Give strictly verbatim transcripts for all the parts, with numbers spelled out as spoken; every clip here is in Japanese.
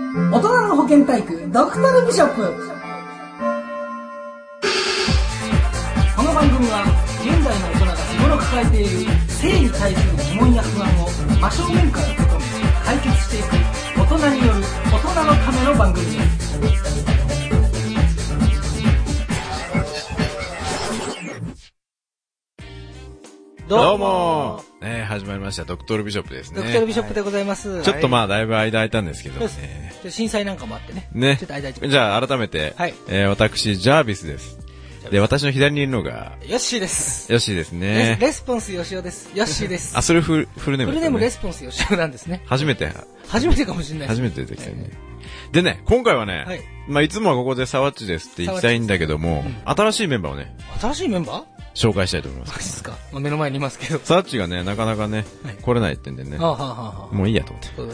大人の保健体育ドクタルビショップ。この番組は現代の大人が日頃抱えている性に対する疑問や不安を真正面から受け止め解決していく大人による大人のための番組です。 どうもー、ね、始まりましたドクタルビショップですね。 ドクタルビショップでございます。 ちょっとまあだいぶ間空いたんですけどね。 震災なんかもあってね。 ね。 ちょっと間空いて。 じゃあ改めて、はい、えー、私ジャービスです。で、私の左にいるのがヨッシーです。 ヨッシーですね。 レスポンスヨシオです。ヨッシーです。 あ、それフルフルネームですね。フルネームレスポンスヨシオなんですね。 初めて初めてかもしれない。 初めて出てきたね。でね、今回はね、はい、まあいつもはここでサワッチですって言いたいんだけども、うん、新しいメンバーをね。 新しいメンバー？ 紹介したいと思います。 マジですか。まあ、目の前にいますけど。 サッチがね、なかなかね、はい、来れないってんでね。 ああはあはあ、 もういいやと思って。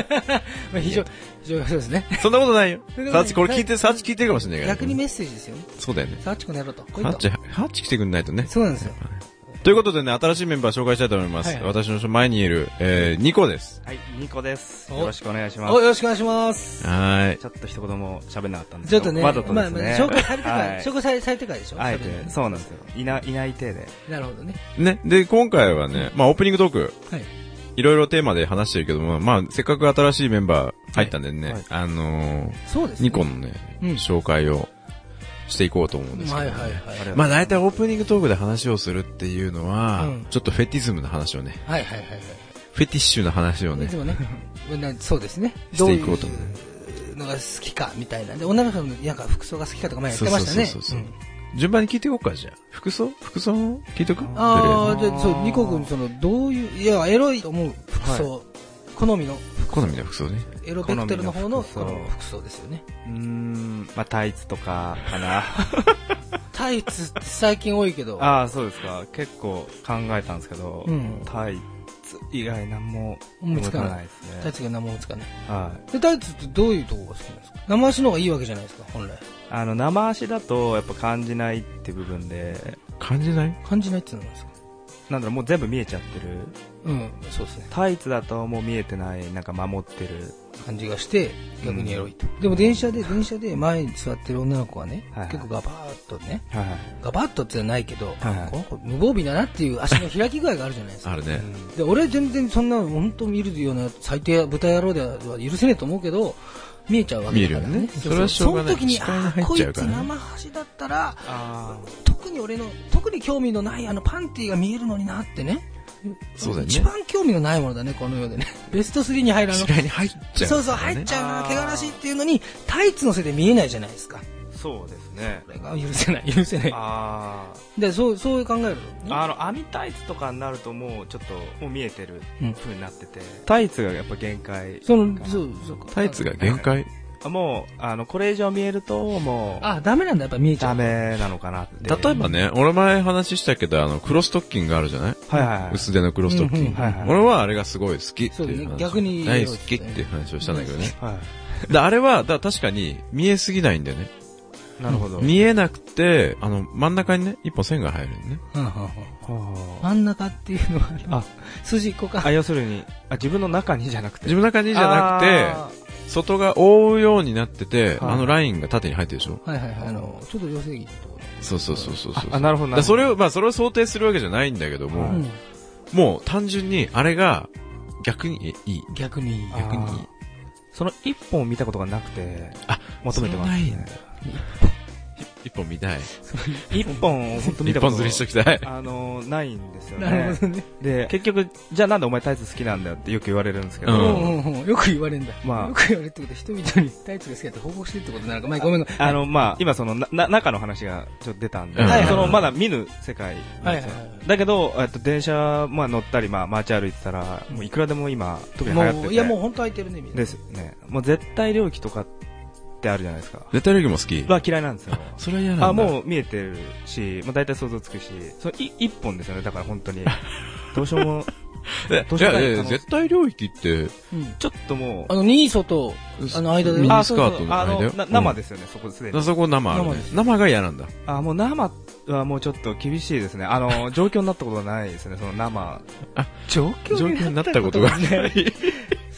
まあ非常、非常そうですね。 そんなことないよ。サッチこれ聞いて、サッチ聞いてるかもしれないから。 逆にメッセージですよね。 そうだよね。 サッチこの野郎と。 サッチ、サッチ来てくんないとね。 そうなんですよ。 ということでね、新しいメンバー紹介したいと思います。はいはい、私の前にいる、えー、ニコです。 はい、ニコです。よろしくお願いします。 お、よろしくお願いします。 はい。 ちょっと一言も喋んなかったんですけど。 ちょっとね、 わざとですね。 まあ、まあ、紹介されてから、はい、紹介され、されてからでしょ。 あえて、そうなんですよ。いな、いない体で。 なるほどね。 ね、で、今回はね、まあ、オープニングトーク。 はい。 いろいろテーマで話してるけども、まあ、せっかく新しいメンバー入ったんでね、はいはい、あのー、 そうですね。 ニコのね、うん、紹介をしていこうと思うんですけど、ね。はいはいはい。まあ大体オープニングトークで話をするっていうのは、うん、ちょっとフェティズムの話をね。 はいはいはいはい。 フェティッシュな話をね。 いつもね。そうですね。 していこうと思う。 どういうのが好きかみたいな。で、女の人のなんか服装が好きかとか前やってましたね。そうそうそうそう、うん。順番に聞いていこうか、じゃあ。服装服装聞いておく？ ああ、じゃあ、そう、ニコ君、その、どういう、いや、エロいと思う服装、はい、好みの好みの服装ね。 エロベクトルの方の服装ですよね。 うーん、まあ、タイツとかかな。 タイツって最近多いけど。 ああ、そうですか。結構考えたんですけど、うん、タイツ以外何も思いつかないですね。 タイツ以外何も思いつかない。 はい。 で、タイツってどういうところが好きなんですか？生足の方がいいわけじゃないですか、本来。 あの、生足だとやっぱ感じないって部分で。 感じない？ 感じないってのは何ですか？ なんだろう、もう全部見えちゃってる。 うん、そうですね。 タイツだともう見えてない、なんか守ってる感じがして逆にエロいと、うん、でも電車で電車で前に座ってる女の子はね、はいはい、結構ガバーッとね、はいはい、ガバッとってのはないけど、はいはい、この子無防備だなっていう足の開き具合があるじゃないですか。 あるね、 うん、で俺全然そんな本当見るような最低豚野郎では許せねえと思うけど見えちゃうわけだからね。 見えるよね。それはしょうがない。 その時にあこいつ生端だったら特に俺の特に興味のないあのパンティーが見えるのになってね。 そうだね。 一番興味のないものだね、この世でね。ベストスリーに入らの。 に入っちゃう、ね。 そうそう、入っちゃうな、汚らしいっていうのに、タイツのせいで見えないじゃないですか。 そうですね。 これが許せない、許せない。ああ。で、そう、そういう考えるの、ね。 あの、網タイツとかになるともう、ちょっと、もう見えてる風になってて、うん、タイツがやっぱ限界。 その、そう、そうか。 タイツが限界？ もう、あの、これ以上見えると、もう。 あ、ダメなんだ、やっぱ見えちゃう。 ダメなのかなって。 例えばね、俺前話したけど、あの、黒ストッキングあるじゃない？ はいはい、はい。 薄手の黒ストッキング。はいはい。俺はあれがすごい好きっていう話。 ね、逆に。 大好きっていう話をしたんだけどね。はい。で、あれは、だ確かに見えすぎないんだよね。 なるほど。 見えなくて、あの、真ん中にね、一本線が入るね。 はあはあ、真ん中っていうのは、あ、筋っこか。 あ、要するに、あ、自分の中にじゃなくて。 自分の中にじゃなくて、外が覆うようになってて、あのラインが縦に入ってるでしょ？はいはいはい。あの、ちょっと両正義ってところ。そうそうそうそうそう。 あ、なるほどなるほど。 それを、まあそれを想定するわけじゃないんだけども、うん、もう単純にあれが逆にいい。 逆にいい。 逆にいい。 その一本を見たことがなくて、あ、求めてます、ね。 ないんだ。一本見たい。 一本を本当見たこと一本釣りしときたい。 あの、ないんですよね。 なるほどね。 で、結局、じゃあなんでお前タイツ好きなんだよってよく言われるんですけど。 うんうんうん、よく言われるんだ。まあ。よく言われるってことで人々にタイツが好きだって報告してってことなのか。まあ、ごめんごめん。 あの、まあ、今その、な、中の話がちょっと出たんで、はい、その、まだ見ぬ世界なんですよ。はいはいはい、だけど、えっと、電車、まあ乗ったり、まあ街歩いてたら、もういくらでも今、特に流行ってて。 いやもう本当空いてるね、みんな。 ですね。もう絶対領域とか、ってあるじゃないですか。 絶対領域も好きは嫌いなんですよ。 それは嫌なんだ。 あ、もう見えてるし、まあ大体想像つくし、そのい一本ですよね。だから本当にどうしようもどうしようもない。いやいや絶対領域って、 ちょっともうあのニーソとあの間でミニスカートの間よ。 生ですよね。そこすでに。 そこ生あるね。生が嫌なんだ。 あ、もう生はもうちょっと厳しいですね。あの状況になったことがないですね。その生。 あ、状況になったことがない。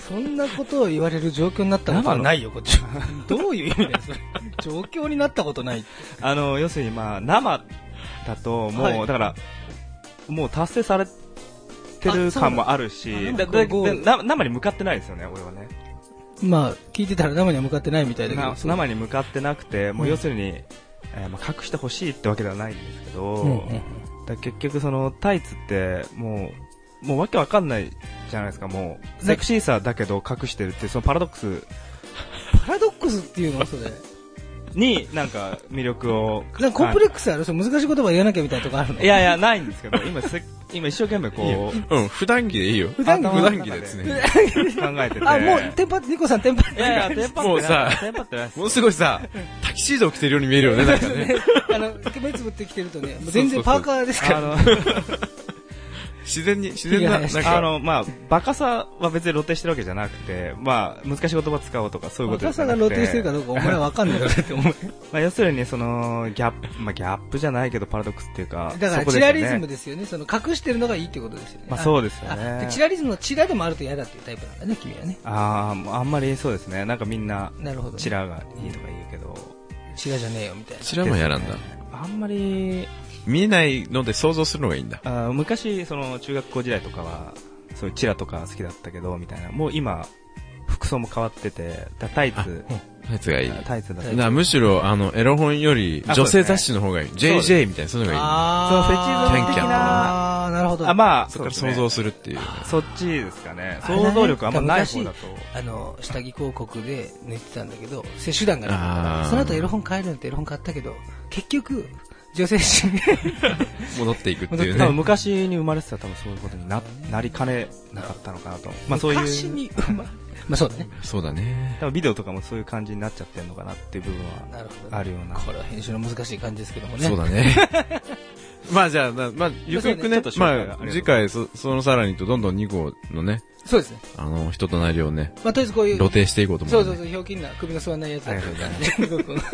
そんなことを言われる状況になったことはないよ、こっちは。どういう意味だよ、それ。状況になったことない。 あの、要するにまあ、生だと、もう、はい、だから、もう達成されてる感もあるし、だだだ生に向かってないですよね、俺はね。 まあ、聞いてたら生には向かってないみたいだけど。 生に向かってなくて、もう要するに、うんえーまあ、隠してほしいってわけではないんですけど、うんうんうん、だ結局そのタイツってもう、もうわけわかんないじゃないですか、もう。セクシーさだけど隠してるっていう、そのパラドックス。 パラドックスっていうのそれ。 に、なんか、魅力を。 なんかコンプレックスある難しい言葉言わなきゃみたいなとこあるのいやいや、ないんですけど、今、今一生懸命こう。うん、普段着でいいよ。 普段着普段着ですね。 考えてて。 あ、もう、テンパって、ニコさんテンパって。 いやいや、テンパってない。 もうさ、ものすごいさ、タキシード着てるように見えるよね、なんかね。 あの、目つぶって着てるとね、全然パーカーですから。 自然に、自然な、なんか。 あの、まあ、バカさは別に露呈してるわけじゃなくて、まあ、難しい言葉使おうとかそういうことですね。 バカさが露呈してるかどうかお前はわかんないだろって思う。 まあ、要するに、その、ギャップ、まあ、ギャップじゃないけど、パラドックスっていうか。 だから、チラリズムですよね。その、隠してるのがいいってことですよね。 まあ、そうですよね。 チラリズムのチラでもあると嫌だっていうタイプなんだね、君はね。 ああ、あんまりそうですね。なんかみんな、 なるほど。 チラがいいとか言うけど。 チラじゃねえよ、みたいな。 チラも嫌なんだ。 あんまり、 見えないので想像するのがいいんだ。 あ昔、その中学校時代とかは、そういうチラとか好きだったけど、みたいな。もう今、服装も変わってて、タイツ。 タイツがいい。 タイツだなむしろ、あの、エロ本より、女性雑誌の方がいい。ジェイジェイ みたいな、そういうのがいい。 そう、フェチズム的な。 あー、なるほど。 あ、まあ、 そこから想像するっていう。 そっちですかね。想像力あんまない方だと。 あの、下着広告で寝てたんだけど、摂取団がある。その後エロ本買えるんってエロ本買ったけど、結局、女性誌に戻っていくっていうね。 昔に生まれてたら多分そういうことに な, なりかねなかったのかなと。まあそういう。 昔に生まれ、まあそうだね。 そうだね。 多分ビデオとかもそういう感じになっちゃってるのかなっていう部分はあるような。 これは編集の難しい感じですけどもね。 そうだね。まあじゃあ、まあ、ゆくゆくね、まあ次回そ、そのさらにとどんどんに号のね、 そうですね。 あの、人となりをね、 まあとりあえずこういう、 露呈していこうと思う、 ね。そうそうそう、ひょうきんな首の座らないやつ。ありがとうございます。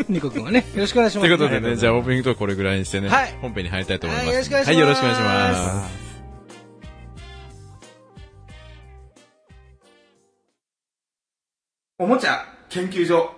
ニコ君はね、よろしくお願いします。 ということでね、じゃあオープニングとはこれぐらいにしてね、はい、本編に入りたいと思います。はい、よろしくお願いします。はい、よろしくお願いします。 おもちゃ研究所。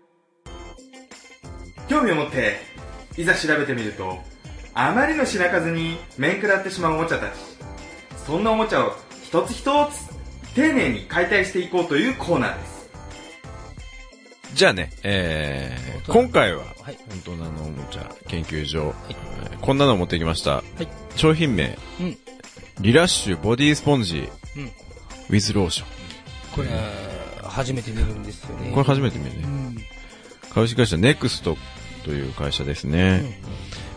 興味を持っていざ調べてみると、あまりの品数に面食らってしまうおもちゃたち。そんなおもちゃを一つ一つ丁寧に解体していこうというコーナーです。 じゃあね、えー、今回は、はい、本当のあのおもちゃ研究所、はい、こんなのを持ってきました。はい、商品名、うん、リラッシュボディスポンジ、うん、ウィズローション。 これ、初めて見るんですよね。 これ初めて見るね。うん、株式会社ネクストという会社ですね。うんうん、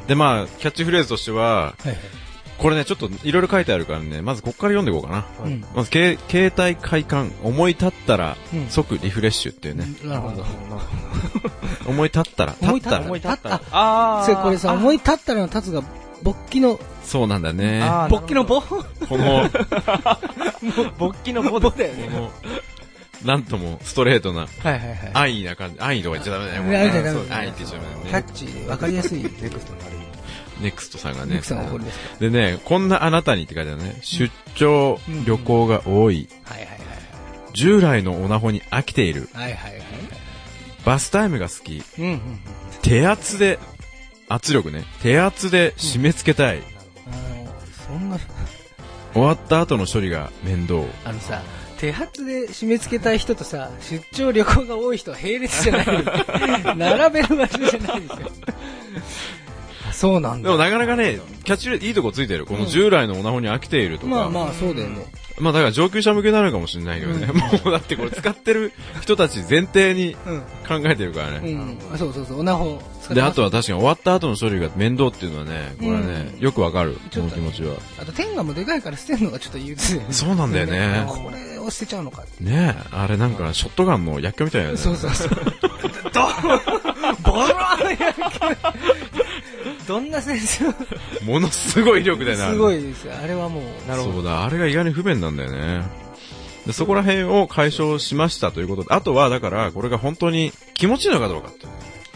で、まあ、キャッチフレーズとしては、はいはい、これね、ちょっといろいろ書いてあるからね、まずここから読んでいこうかな。うん、まず、携帯快感、思い立ったら即リフレッシュっていうね。 うん、なるほど。 思い立ったら、立ったら。 思い立ったら。ああ。それこれさ、思い立ったらの立つが、勃起の、 そうなんだね。 勃起の勃この、 勃起の勃だよね。 なんともストレートな、 はいはいはい。 安易な感じ。安易とか言っちゃダメだよ。 安易じゃダメだよ。 安易って言っちゃダメだよね。 キャッチーで分かりやすい。ネクストのあれ。 ネクストさんがね。 ネクストがこれですか。 でね、こんなあなたにって書いてあるね。出張、旅行が多い。 はいはいはい。 従来のオナホに飽きている。 はいはいはい。 バスタイムが好き。 うんうん。 手圧で、圧力ね。手圧で締め付けたい。 そんな。 終わった後の処理が面倒。 あのさ、手圧で締め付けたい人とさ、出張旅行が多い人は並列じゃない並べる場所じゃないですよ。そうなんだ。 でもなかなかね、キャッチフレーズいいとこついてる。この従来のオナホに飽きているとか。 まあまあそうだよね。 まあだから上級者向けなのかもしれないけどね。うん、もうだってこれ使ってる人たち前提に考えてるからね。 うんうん、そうそうそう、オナホ使ってで、あとは確かに終わった後の処理が面倒っていうのはね、これはね、うん、よくわかる。この気持ちは。 あと天下もでかいから捨てるのがちょっと憂鬱だよね。 そうなんだよね。 これを捨てちゃうのかって。 ねえ、あれなんかショットガンの薬莢みたいなやつ。 そうそうそう。どボローン薬莢。どんなセンスものすごい威力だよな。 すごいですよ。あれはもう。 なるほど。そうだ、あれが意外に不便なんだよね。でそこら辺を解消しましたということで、あとはだからこれが本当に気持ちいいのかどうかっていう。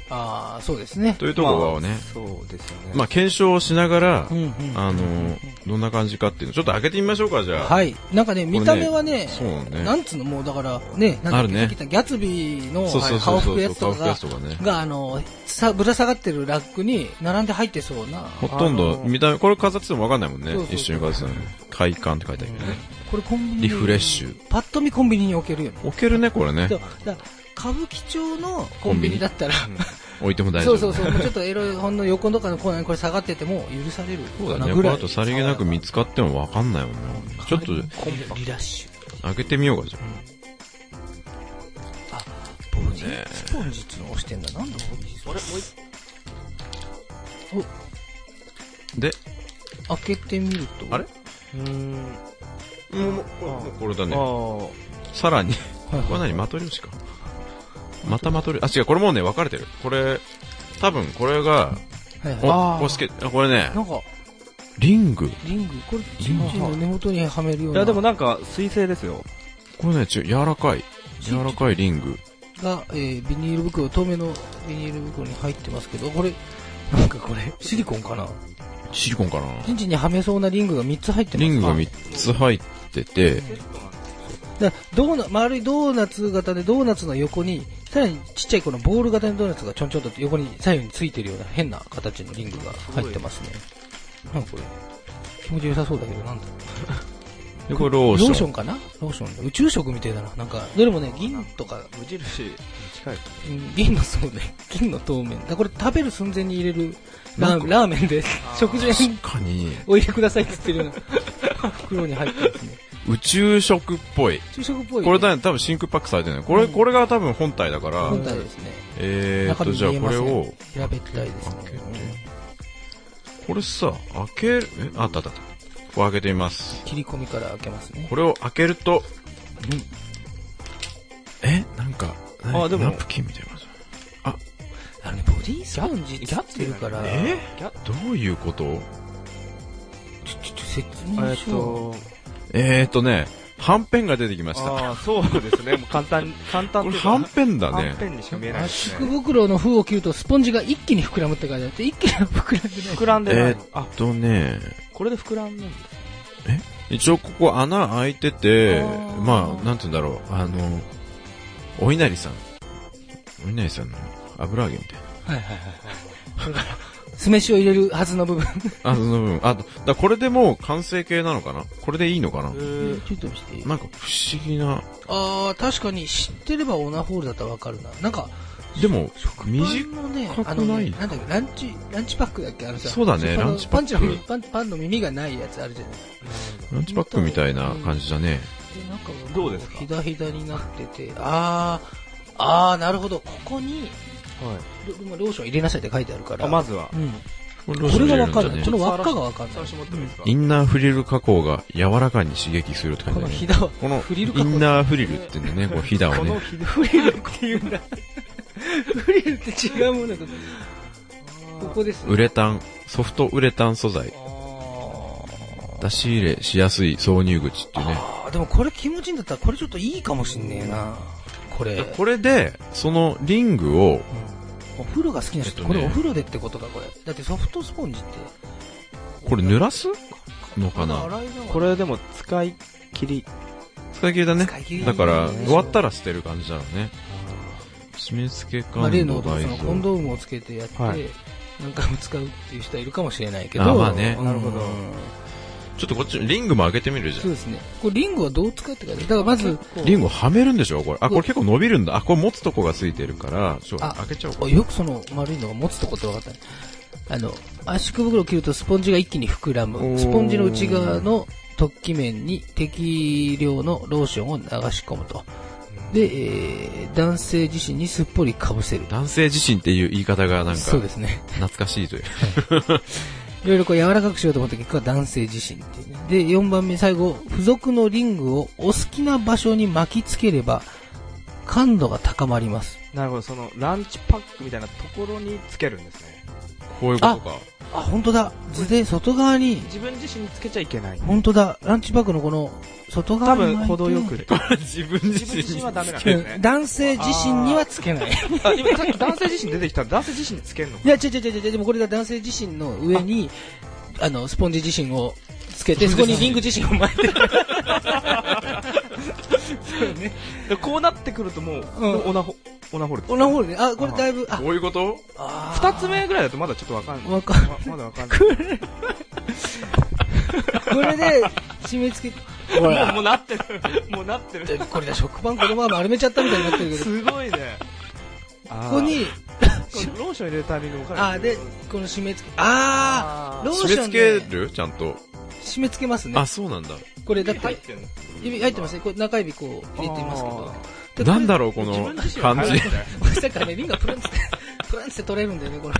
ああ、そうですね。 というところをね、まあ、 そうですよね。 まあ、検証をしながら、うんうん、あの、どんな感じかっていうの、ちょっと開けてみましょうか、じゃあ。 はい。なんかね、見た目はね、 そうね。 なんつうの、もうだから、ね、なんあるね。 ギャツビーの顔拭くやつとかが、が、あの、さ、ぶら下がってるラックに並んで入ってそうな。 ほとんど、見た目、これ飾っててもわかんないもんね。そうそうそう、一緒に飾ってたのに。快感って書いてあるけどね。 これコンビニ。 リフレッシュ。 パッと見コンビニに置けるよね。 置けるね、これね。 だ歌舞伎町のコンビニだったら、 置いても大丈夫。 そうそうそう、もうちょっとエロい本の横とかのコーナーにこれ下がってても許される。 そうだね。これあとさりげなく見つかってもわかんないもんね。ちょっと、リラッシュ。 開けてみようか、じゃあ。あ、ボディスポンジっての押してんだ。なんだボディスポンジ。あれ、もうお。 で、 開けてみると。 あれうーん。もう、これだね。さらに、これ何マトリョーシカまたマトリョーシカ。あ、違う、これもうね、分かれてる。これ、多分これが、はいはい、お、これこれね、なんか、リング。 リングこれ、チンチンの根元にはめるような。 いや、でもなんか、水性ですよ。 これね、ちょ、柔らかい。柔らかいリング。 が、えー、ビニール袋、透明のビニール袋に入ってますけど、これ、なんかこれ、シリコンかなシリコンかなチンチンにはめそうなリングがみっつ入ってます。 リングがみっつ入ってて、 だドーナ丸いドーナツ型でドーナツの横にさらにちっちゃいこのボール型のドーナツがちょんちょんと横に左右についてるような変な形のリングが入ってますね。なんかこれ気持ちよさそうだけどなんだでこれローション。 ローションかなローション。宇宙食みたいだな。なんかどれもね銀とか無印近い。 銀のそうね銀の透明。だこれ食べる寸前に入れるラーラーメンで食前にお入れくださいって言ってるような袋に入ってますね。 宇宙食っぽい。 宇宙食っぽい、ね。 これだね、多分真空パックされてるね。これ、うん、これが多分本体だから。 本体ですね。 えーっと、じゃあこれを。 平べったいですね。 これさ、開ける、え、あったあったあった。これ開けてみます。 切り込みから開けますね。 これを開けると、うん、えなんか、 あ、でも。 ナプキンみたいな感じ。あ、 あのね、ボディスポンジって言ってるから。 えどういうことちょ、ちょ、ちょ、説明しよう。 えーっとね、はんぺんが出てきました。 ああ、そうですね。もう簡単、簡単これはんぺんだね。 はんぺんにしか見えないですね。 圧縮袋の封を切るとスポンジが一気に膨らむって書いてあって、一気に膨らんでない。 膨らんでない。 えーっとね、 これで膨らんでるんですね。え一応ここ穴開いてて、まあ、なんて言うんだろう、あの、お稲荷さん。お稲荷さんの油揚げみたいな。はいはいはい。 酢飯を入れるはずの部分。 あ、その部分。あ、だこれでもう完成形なのかなこれでいいのかなえー、ちょっと見ていいなんか不思議な。 あー、確かに知ってればオナホールだったらわかるな。なんか、 でも、 短くない、あのね、なんだっけ、ランチ、ランチパックだっけあのさ。 そうだね、ランチパック。 パンチパンの耳がないやつあるじゃないですか。ランチパックみたいな感じだね。 で、なんか、 どうですかひだひだになってて、あー、あー、なるほど、ここに、はい。ローション入れなさいって書いてあるから。 あ、まずは。うん。 これがわかんない。この輪っかがわかんない。 インナーフリル加工が柔らかに刺激するって感じ、 ね。このひだは、 このインナーフリルって言うんだね、こうひだをね。このフリルって言うんだ。フリルって違うものだと。ここです、ね。 ウレタン、ソフトウレタン素材。出し入れしやすい挿入口っていうね。 ああ、でもこれ気持ちいいんだったらこれちょっといいかもしんねえな。これ。 これで、そのリングを、うんお風呂が好きな人、えっとね、これお風呂でってことかこれ。だってソフトスポンジって。 これ濡らすのかなこれでも使い切り。 使い切りだね。だから、終わったら捨てる感じだろうね。締め付け感度、まあ、 例のそのコンドームをつけてやって、はい、何回も使うっていう人はいるかもしれないけど。 あ、まあね。 なるほど。 ちょっとこっち、リングも開けてみるじゃん。 そうですね。これリングはどう使ってかね。だからまず、 リングをはめるんでしょこれ。あ、これ結構伸びるんだ。あ、これ持つとこがついてるから、ちょ、開けちゃおうか。 よくその丸いのが持つとこって分かったね。あの、圧縮袋を切るとスポンジが一気に膨らむ。スポンジの内側の突起面に適量のローションを流し込むと。で、えー、男性自身にすっぽりかぶせる。 男性自身っていう言い方がなんか、 そうですね。 懐かしいという。 いろいろこう柔らかくしようと思った結果は男性自身っていうね。で、よんばんめ最後、付属のリングをお好きな場所に巻きつければ、感度が高まります。 なるほど、そのランチパックみたいなところにつけるんですね。 こういうことか。 あ、本当だ。図で外側に。 自分自身につけちゃいけない。 本当だ。ランチバッグのこの、外側に。 多分、程よくで。 自分自身にはダメなんですね。 男性自身にはつけない。 あ、今さっき男性自身出てきたら男性自身につけるの？ いや、違う違う違う違う。でもこれが男性自身の上に、あの、スポンジ自身をつけて、そこにリング自身を巻いてる。そうね。 こうなってくるともう、オナホ、オナホールです。 オナホールね。あ、これだいぶ、あ。 こういうこと？ 二つ目ぐらいだとまだちょっとわかんない。 わかんない。 まだわかんない。 これで、締め付け、ほら。もうなってる。もうなってる。 これだ、食パンこのまま丸めちゃったみたいになってるけど。 すごいね。 ここに、 ローション入れるタイミングも分かる。あ、で、この締め付け、あー、ローション。 締め付けるちゃんと。 締め付けますね。 あ、そうなんだ。 これだって、 入ってんの？ 指入ってますね。これ中指こう入れてみますけど。なんだろう、この感じ。 さっきからね、リンがプランツって、プランツって取れるんだよね、これ。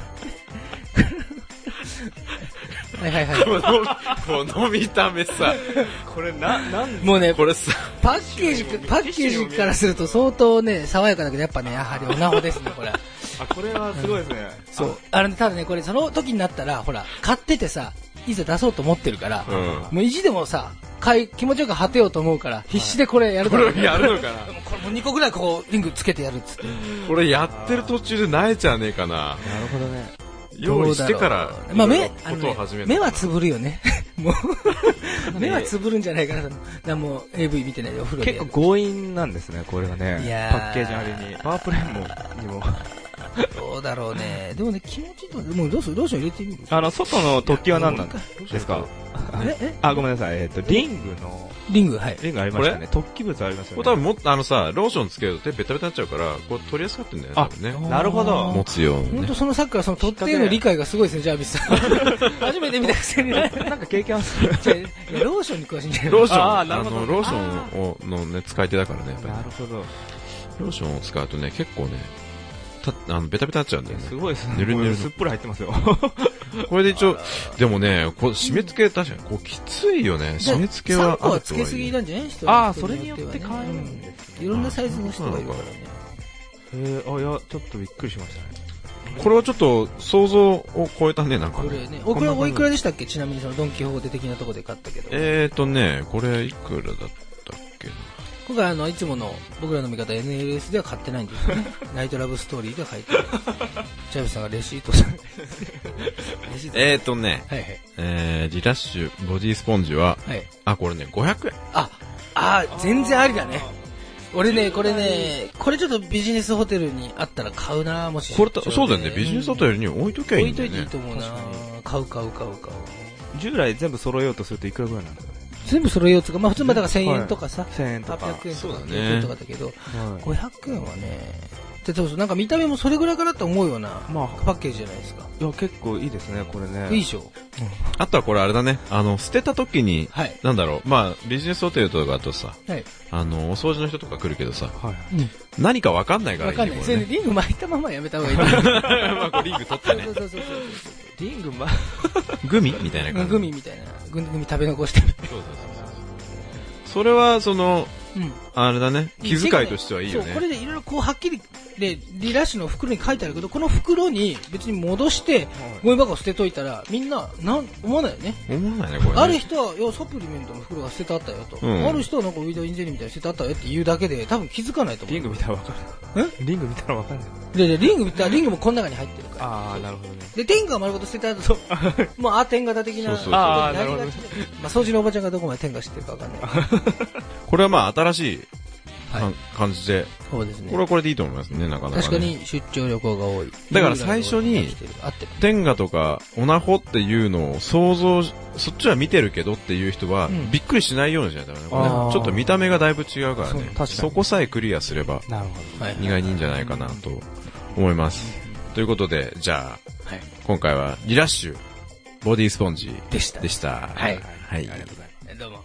はいはいはい。 この、この見た目さ。 これな、なんもうね、 これさ、 パッケージ、パッケージからすると相当ね、爽やかだけど、やっぱね、やはりオナホですね、これ。 あ、これはすごいですね。 そう。あの、ただね、これその時になったら、ほら、買っててさ、いざ出そうと思ってるから、もう意地でもさ、買い、気持ちよく果てようと思うから、必死でこれやるから。これやるのかな？ これもうにこぐらいこう、リングつけてやるっつって。 これやってる途中で萎えちゃねえかな。 なるほどね。 用意してから、 まあ目、 ことを始める。 目はつぶるよね。もう、目はつぶるんじゃないかな。なもう エーブイ 見てないでお風呂で。 結構強引なんですね、これがね。 いやパッケージありに。パワープレイも、にも。 どうだろうね。でもね、気持ちいいと、もうどうするローション入れてみる？ あの、外の突起は何なんですか？あ、ごめんなさい。えっと、リングの、 リング、はい。 リングありましたね。突起物ありますよね。 これ多分もっと、あのさ、ローションつけると手ベタベタになっちゃうから、こう取りやすかったんだよね。 あ、 ね。 なるほど。 持つように。 ほんとそのさっきからその取っ手への理解がすごいですね、ジャービスさん。初めて見たくせに。なんか経験ある。 ローションに詳しいんじゃない？ ローション、 あの、ローションをのね、使い手だからね、やっぱり。 なるほど。 ローションを使うとね、結構ね、た、あの、ベタベタになっちゃうんだよね。 すごいですね。 ぬるぬる。 すっぽり入ってますよ。 これで一応、でもね、こう、締め付け、確かに、こう、きついよね。締め付けは。 さんこはつけすぎなんじゃない？ ああ、それによって変えるんですね。いろんなサイズの人がいるからね。 へえ、あ、いや、ちょっとびっくりしましたね。 これはちょっと、想像を超えたね、なんかね。 これね。これおいくらでしたっけ？ちなみにそのドンキホーテ的なとこで買ったけど。 えーとね、これいくらだったっけな。 今回あの、いつもの僕らの味方 エヌエルエス では買ってないんですよね。ナイトラブストーリーでは買ってない。チャビさんがレシートさん。 えーとね、 はいはい、 えー、リラッシュボディスポンジは、はい、あ、これね、ごひゃくえん。 あ、あ、全然ありだね。俺ね、これね、これちょっとビジネスホテルにあったら買うな、もし。 これ、そうだよね、ビジネスホテルに置いときゃいいんだよね。 置いといていいと思うな。買う買う買う買う。 従来全部揃えようとするといくらぐらいなんですか？ 全部揃えようとか、まあ普通まだからせんえんとかさ、 はい、せんえんとかはっぴゃくえんとか、 そうだね、 とかだけど、はい、ごひゃくえんはね、でそうそうなんか見た目もそれぐらいかなと思うような、まあ、パッケージじゃないですか。 いや結構いいですねこれね。 いいでしょ。うん、 あとはこれあれだね、あの捨てた時に、はい、なんだろう、まあビジネスホテルとかだとさ、はい、あのお掃除の人とか来るけどさ、はい、うん、何かわかんないからいいね。 わかんない。それでリング巻いたままやめた方がいい。 まあこれリング取ってね。 そうそうそうそう。 リングまグミみたいな感じ。 グミみたいな。グミ食べ残してる。そうそうそう。 それはその、うん、あれだね、気遣いとしてはいいよね。 そう、これでいろいろこうはっきりでリラッシュの袋に書いてあるけど、この袋に別に戻してゴミ箱を捨てといたらみんななん思わないよね。 思わないねこれね。 ある人はいやサプリメントの袋が捨ててあったよと、うん、ある人はなんかウィダーインゼリーみたいに捨ててあったよって言うだけで多分気づかないと思う。 リング見たらわかる。え？リング見たらわかんない。 ででリング見たらリングもこの中に入ってるから。 ああなるほどね。 で天下丸ごと捨てた後ともうあ天下型的な。 そうそうそう。 ああなるほど。まあ掃除のおばちゃんがどこまで天下知ってるかわかんない。 これはまあ新しい。 はい、 感じで。 そうですね。 これはこれでいいと思いますね、なかなか、ね。 確かに出張旅行が多い。 だから最初に、天下とかオナホっていうのを想像、そっちは見てるけどっていう人は、うん、びっくりしないようにしないとね。これねちょっと見た目がだいぶ違うからね。そ, そこさえクリアすれば、なるほど。意外にいいんじゃないかなと思います。うん、ということで、じゃあ、はい、今回はリラッシュボディスポンジでした。でした。 はい。 はい。 ありがとうございます。どうも。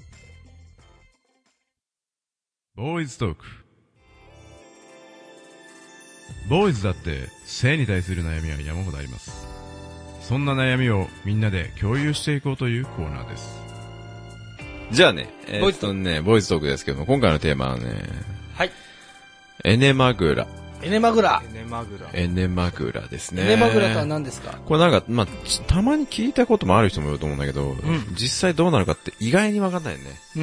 ボーイズトーク。ボーイズだって性に対する悩みは山ほどあります。そんな悩みをみんなで共有していこうというコーナーです。じゃあね、えー、っとね、ボーイズトークですけども、今回のテーマはね、 はい。 エネマグラ。 エネマグラ。 エネマグラ。 エネマグラですね。 エネマグラとは何ですか？ これなんか、まあ、たまに聞いたこともある人もいると思うんだけど、うん、実際どうなるかって意外にわかんないよね。 うん。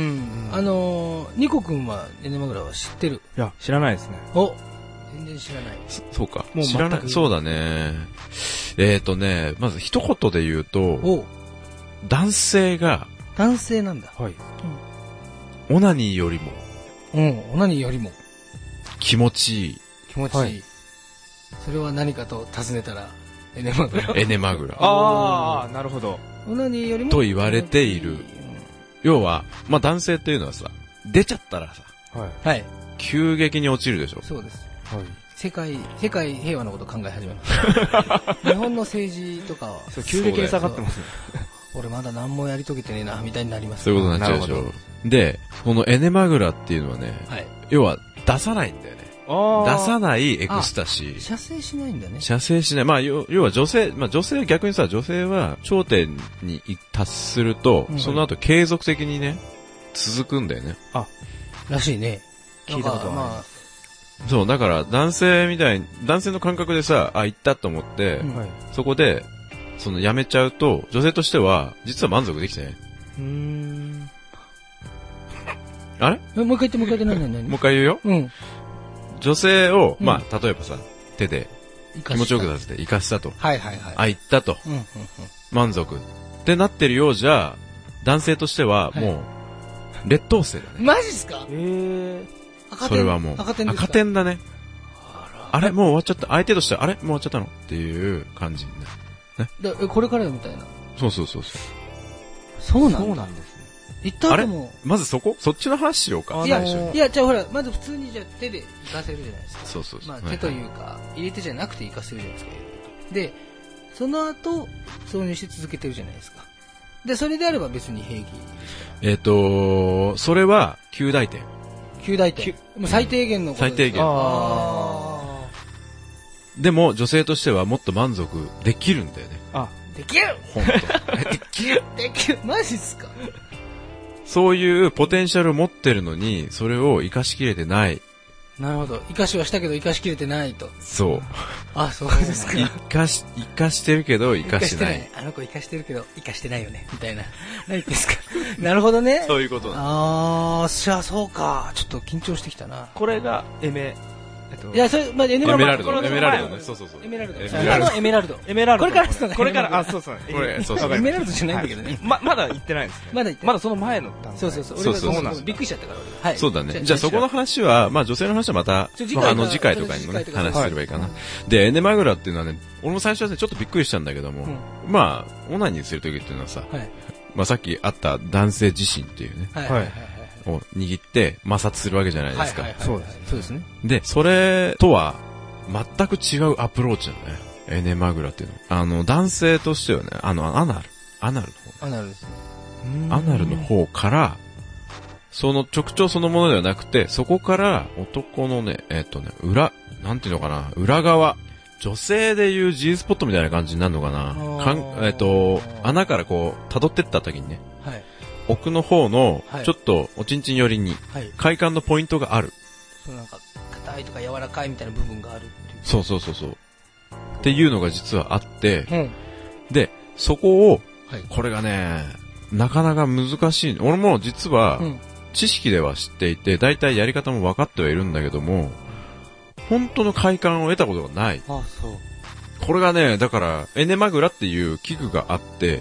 あのー、ニコ君はエネマグラは知ってる？ いや、知らないですね。 お全然知らない。 そうか。もう知らない。そうだね。えーとね、まず一言で言うと、男性が、 男性なんだ。 はい。 うん、オナニーよりも、 うん、オナニーよりも、 気持ちいい。 気持ちいい。はい、それは何かと尋ねたら、エネマグラ。 エネマグラ。 ああ、なるほど。 オナニーよりも。 と言われている。要は、まあ男性っていうのはさ、出ちゃったらさ、 はい。はい。 急激に落ちるでしょ。 そうです。はい。世界、世界平和のことを考え始めました。日本の政治とかは。 そう、急激に下がってますね。 俺まだ何もやり遂げてねえな、みたいになります。 そういうことになっちゃうでしょ。で、このエネマグラっていうのはね、はい、要は出さないんだよね。出さないエクスタシー。 射精しないんだね。 射精しない。まあ、要は女性、まあ女性、逆にさ、女性は頂点に達すると、うん、その後継続的にね、続くんだよね。 あ、らしいね。聞いたことはまあ。 そう、だから男性みたいに、男性の感覚でさ、あ、行ったと思って、うん、そこで、その、やめちゃうと、女性としては、実は満足できてない。うーん。あれもう一回言って、もう一回言って、何何何もう一回言うよ。 うん。 女性を、まあ、例えばさ、手で、気持ちよくさせて、生かしたと。 はいはいはい。 あ、行ったと。うんうんうん。満足。ってなってるようじゃ、男性としては、もう、劣等生だね。 マジっすか？へー。 それはもう、 赤点ですか？ 赤点だね。あれもう終わっちゃった。相手としては、あれもう終わっちゃったのっていう感じになる。ね。 で、これからよみたいな。 そうそうそうそう。 そうなんそうなんですね。行った後も。 まずそこそっちの話しようか。 いや、いや、じゃあほら、まず普通にじゃあ手で行かせるじゃないですか。 そうそうそう。 まあ手というか、入れてじゃなくて行かせるじゃないですか。で、その後、挿入して続けてるじゃないですか。で、それであれば別に平気ですか？ えっと、それは、きゅう大点。 きゅう大点。もう最低限のことです。最低限。あでも、女性としてはもっと満足できるんだよね。 あ、できるほんと。 できるできるマジっすか？ そういうポテンシャルを持ってるのに、それを活かしきれてない。 なるほど。生かしはしたけど生かしきれてないと。 そう。 あ、そうですか。 生かし、生かしてるけど生かしてない。 あの子生かしてるけど生かしてないよね。みたいな。何ですか。なるほどね。 そういうことだ。 あー、じゃあそうか。ちょっと緊張してきたな。 これがエメ。えっと、 いや、それ、まあ、エメラルド。エメラルドね。そうそうそう。 エメラルド。あのエメラルド。 エメラルド。 これからですか？ これから、あ、そうそう。 これ、そうそう。 エメラルドじゃないんだけどね。 ま、まだ言ってないですね。 まだ言ってまだその前の段階。 そうそうそう。 そうそうそう。びっくりしちゃったから。はい。 そうだね。じゃあそこの話は、まあ女性の話はまた、あの次回とかにもね、話すればいいかな。で、エネマグラっていうのはね、俺も最初はね、ちょっとびっくりしたんだけども、まあ、オナニーするときっていうのはさ、まあさっきあった男性自身っていうね、はい。を握って摩擦するわけじゃないですか。 そうです。そうですね。 で、それとは全く違うアプローチなんだね。エネマグラっていうの。あの、男性としてはね、あの、アナル。アナルの方。 アナルですね。 アナルの方から、その直腸そのものではなくて、そこから男のね、えっとね、裏、なんていうのかな、裏側。女性でいう G スポットみたいな感じになるのかな。かんえっと、穴からこう、辿ってった時にね。はい。奥の方の、ちょっと、おちんちん寄りに、快感のポイントがある。 そうなんか、硬いとか柔らかいみたいな部分があるっていう。 そうそうそうそう。っていうのが実はあって、うん、で、そこを、はい、これがね、なかなか難しい。俺も実は、知識では知っていて、だいたいやり方も分かってはいるんだけども、本当の快感を得たことがない。 あ、そう。 これがね、だから、エネマグラっていう器具があって、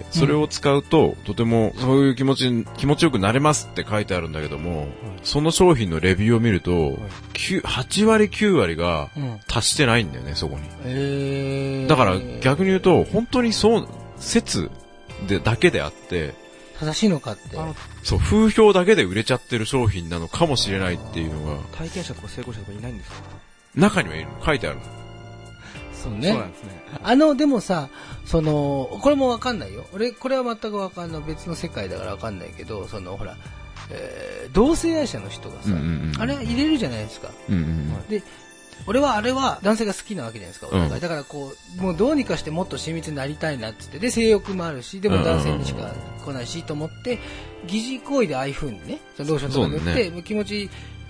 それを使うと、とても、そういう気持ち、気持ちよくなれますって書いてあるんだけども、はい、その商品のレビューを見ると、はい、はち割きゅう割が達してないんだよね、そこに。 へー。 だから逆に言うと、本当にそう、説でだけであって、 正しいのかって。 そう、風評だけで売れちゃってる商品なのかもしれないっていうのが。 体験者とか成功者とかいないんですか？ 中にはいる。書いてある。 そうね。 そうなんですね。 あの、でもさ、その、これもわかんないよ。俺、これは全くわかんない。別の世界だからわかんないけど、その、ほら、えー、同性愛者の人がさ、うんうんうん、あれ入れるじゃないですか。うんうんうん、で、俺はあれは男性が好きなわけじゃないですか、お互い。うん、だからこう、もうどうにかしてもっと親密になりたいなって言って、で、性欲もあるし、でも男性にしか来ないし、と思って、疑似行為でああいう風にね、そのローションとか塗って、ね、気持ち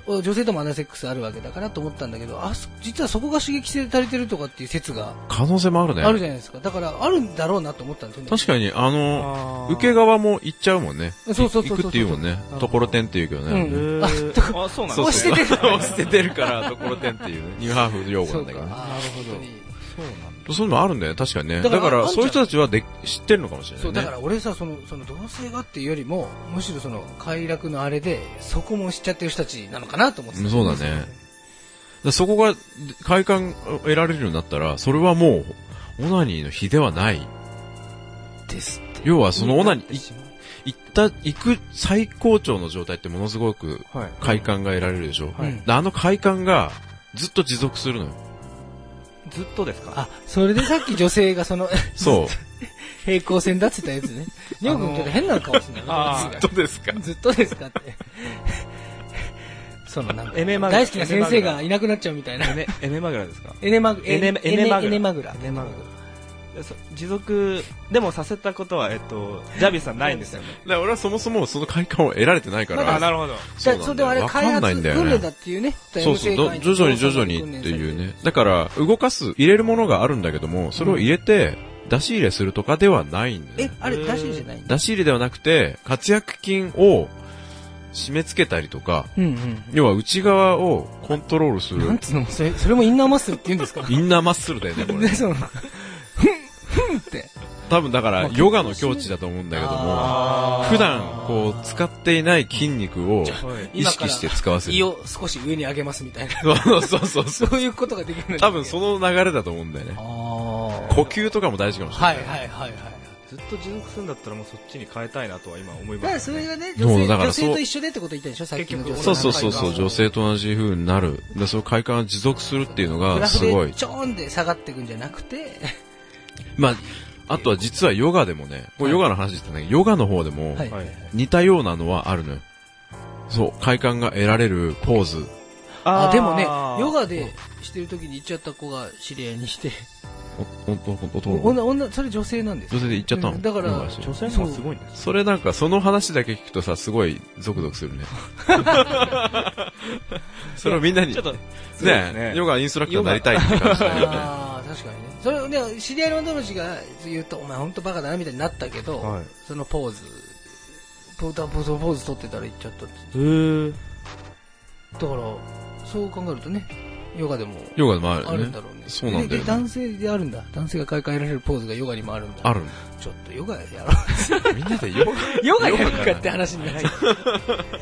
女性ともアナセックスあるわけだからと思ったんだけど、あ、実はそこが刺激されてるとかっていう説が。 可能性もあるね。 あるじゃないですか。だから、あるんだろうなと思ったんですよね。 確かに、あの、あ受け側も行っちゃうもんね。 そうそうそうそう。 行くっていうもんね。ところてんっていうけどね。 うん。あ、 あ、そうなんだ。 押して出る。 押して出るから、ところてんっていう、ニューハーフ用語なんだけどね。 なるほど。 そうなんだ。そういうのあるんだよ、確かにね。だから、そういう人たちはで知ってるのかもしれないね。 そう、だから俺さ、その、その同性がっていうよりも、むしろその、快楽のあれで、そこも知っちゃってる人たちなのかなと思ってた。 そうだね。だそこが快感を得られるようになったら、それはもう、オナニーの比ではない。 ですって。 要はそのオナニー、行った、行く最高潮の状態ってものすごく快感が得られるでしょ。はい、あの快感がずっと持続するのよ。 ずっとですか？ あ、それでさっき女性がその、 そう。 平行線だって言ったやつね。ニョー君ちょっと変な顔してない、 あずっとですかずっとですかって。そのなんか、大好きな先生がいなくなっちゃうみたいな。 エネ、エネマグラですか？ エネマグラ。 エネ、エネマグラ。 エネマグラ。 エネマグラ。持続でもさせたことは、えっと、ジャビスさんないんですよね。 だから俺はそもそもその快感を得られてないから。 あ、なるほど。 そうなんだよ。わかんないんだよね。訓練だっていうね。 そうそう、徐々に徐々にっていうね。だから、動かす、入れるものがあるんだけども、それを入れて、出し入れするとかではないんだよ。 え、あれ出し入れじゃない出し入れではなくて、活躍筋を締め付けたりとか、うんうん、要は内側をコントロールする。 なんつうのそれ、それもインナーマッスルって言うんですか？ インナーマッスルだよね、これ。 そう。ふんって。 多分だからヨガの境地だと思うんだけども、普段こう使っていない筋肉を意識して使わせる。 胃を少し上に上げますみたいな。 そうそうそう。 そういうことができるんだ。 多分その流れだと思うんだよね。呼吸とかも大事かもしれない。 はいはいはいはい。 ずっと持続するんだったらもうそっちに変えたいなとは今思います、ね。 だからそれがね、女性、女性と一緒でってこと言ったでしょ、さっきの女性。 そうそうそうそう、女性と同じ風になる。で、その快感が持続するっていうのがすごい。 ちょーんで下がっていくんじゃなくて、 まあ、あとは実はヨガでもね、これヨガの話ですね、ヨガの方でも似たようなのはあるのよ。そう、快感が得られるポーズ。 あ、でもね、ヨガでしてる時に行っちゃった子が知り合いにして、 お、お、お、 お、女、女、それ女性なんです。 女性で行っちゃったの、 うん、だから、 女性の方がすごいんです。 それなんか、その話だけ聞くとさ、すごいゾクゾクするね。それをみんなに、ちょっと、ねえ、ヨガインストラクターになりたいって感じだよね。 ああ、確かにね。それね、知り合いの女の子が言うと、お前ほんとバカだなみたいになったけど、はい、そのポーズ、ポーズ、ポーズ取ってたら行っちゃったって。へー。だから、そう考えるとね、ヨガでもヨガでもある、ね、 あるんだろうね。 そうなんだよ、ね。 男性であるんだ。男性が買い替えられるポーズがヨガにもあるんだ。 ある。 ちょっとヨガやろう。 みんなでヨガヨガやるかって話になっちゃう。そうか。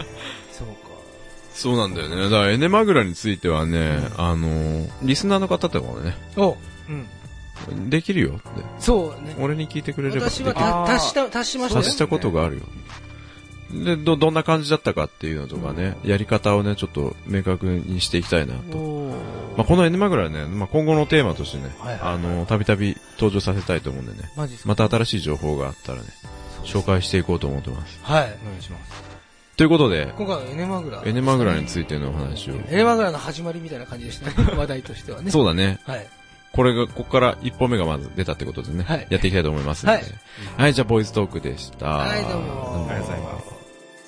そうなんだよね。だからエネマグラについてはね、うん、あのー、リスナーの方とかもね。 おうん。できるよって。 そうね。 俺に聞いてくれれば。 私は達した、達しましたよ。 達したことがあるよ。で、ど、どんな感じだったかっていうのとかね、うん、やり方をね、ちょっと明確にしていきたいなと。まあ、このエネマグラね、まあ、今後のテーマとしてね、はいはいはい、あの、たびたび登場させたいと思うんでね、マジまた新しい情報があったらね、紹介していこうと思ってます。 はい。お願いします。 ということで、 今回はエネマグラ。 エネマグラについてのお話を。 エネマグラの始まりみたいな感じでしたね、話題としてはね。 そうだね。 はい。 これが、ここから一歩目がまず出たってことでね、はい、やっていきたいと思いますので。はい。はい、じゃあ、ボーイズトークでした。 はい、どうも。 ありがとうございます。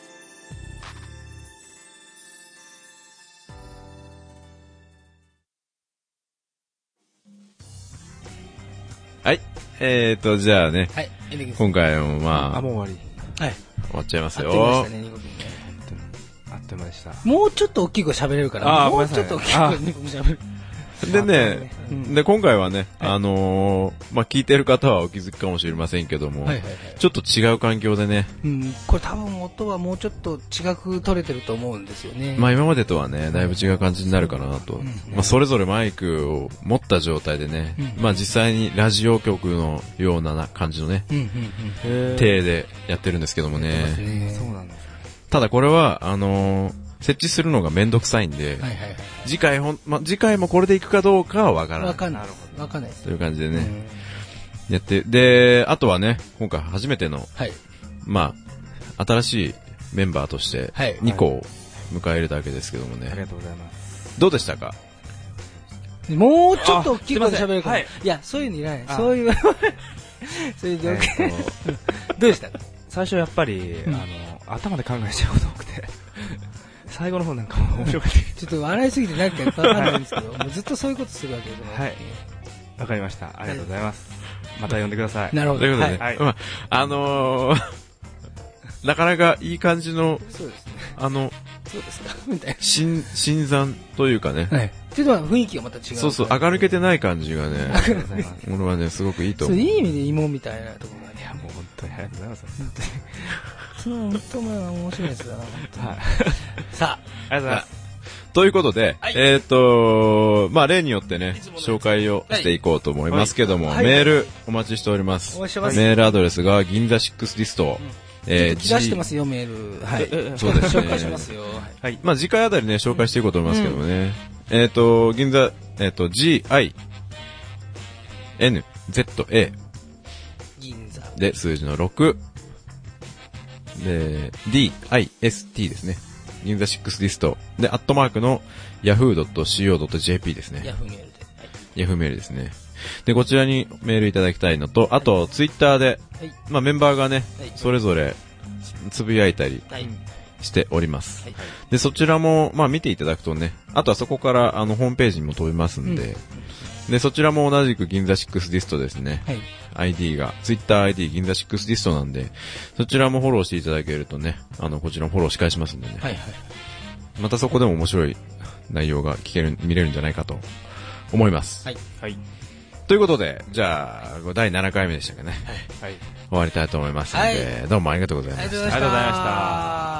はい。えーと、じゃあね。 はい。 今回もまあ。 あ、もう終わり。はい。 終わっちゃいますよ。 あっという間でしたね、ニコ君ね。 あっという間でした。 もうちょっと大きく喋れるから。 あ、 もうちょっと大きくニコ君喋る。 でね、うん、で、今回はね、はい、あのー、まあ、聞いてる方はお気づきかもしれませんけども、はいはいはい、ちょっと違う環境でね。 うん、これ多分音はもうちょっと違く取れてると思うんですよね。 まあ、今までとはね、だいぶ違う感じになるかなと。うん、まあ、それぞれマイクを持った状態でね、うん、まあ、実際にラジオ局のような感じのね、うんうんうん、体でやってるんですけどもね。 そうなんです。 ただこれは、あのー、設置するのがめんどくさいんで、はいはいはい、次回ほん、ま、次回もこれでいくかどうかはわからない。 わかんない。わかんない。 という感じでね、やって、で、あとはね、今回初めての、はい、まあ、新しいメンバーとして、にこを迎え入れたわけですけどもね。 ありがとうございます。 どうでしたか？ もうちょっと大きい声で喋れるかも。いや、そういうのいらない。そういう、そういう状況。どうでしたか？ 最初やっぱり、うん、あの、頭で考えちゃうこと多くて。 最後の方なんかも面白かった。 ちょっと笑いすぎてなんかわかんないんですけど、もうずっとそういうことするわけですよ。 はい。わかりました。ありがとうございます。また呼んでください。 なるほど。 ということでね、はい。まあ、あのー、なかなかいい感じの、 そうですね。 あの、 そうですかみたいな。 新、新参というかね。 はい。ちょっと雰囲気がまた違う。 そうそう、垢抜けてない感じがね、俺はね、すごくいいと思う。 そう、いい意味で芋みたいなところがね。 いや、もう本当にありがとうございます。 本当に。その本当まあ面白いですよな、本当に。はい。さあ、 ありがとうございます。 ということで、はい、えっ、ー、とまあ、例によってね、紹介をしていこうと思いますけども、はい、メールお待ちしております。 お待ちしてます。 メールアドレスが銀座シックスディスト。うんえー、出してますよ、メール。はい。 そうですね。 紹介しますよ。 はい。まあ、次回あたりね、紹介していこうと思いますけどもね。うん、えっ、ー、と、銀座、えっ、ー、と、ジーアイエヌゼットエー。 銀座。 で、数字のろく。で、ディーアイエスティー ですね。銀座シックスディスト。で、アットマークの ヤフードットシーオードットジェーピー ですね。 ヤフーメールで。はい、 ヤフーメールですね。で、こちらにメールいただきたいのと、あと、ツイッターで、はい、まあ、メンバーがね、はい、それぞれ、つぶやいたりしております。はい、で、そちらも、まあ、見ていただくとね、あとはそこから、あの、ホームページにも飛びますんで、うん、で、そちらも同じく銀座シックスディストですね。はい、アイディー が、ツイッター アイディー 銀座シックスディストなんで、そちらもフォローしていただけるとね、あの、こちらもフォローし返しますんでね。はいはい、またそこでも面白い内容が聞ける、見れるんじゃないかと思います。はい。はい。ということで、じゃあ、だいななかいめでしたかね。はい。はい、終わりたいと思いますので、はい、どうもありがとうございました。 ありがとうございました。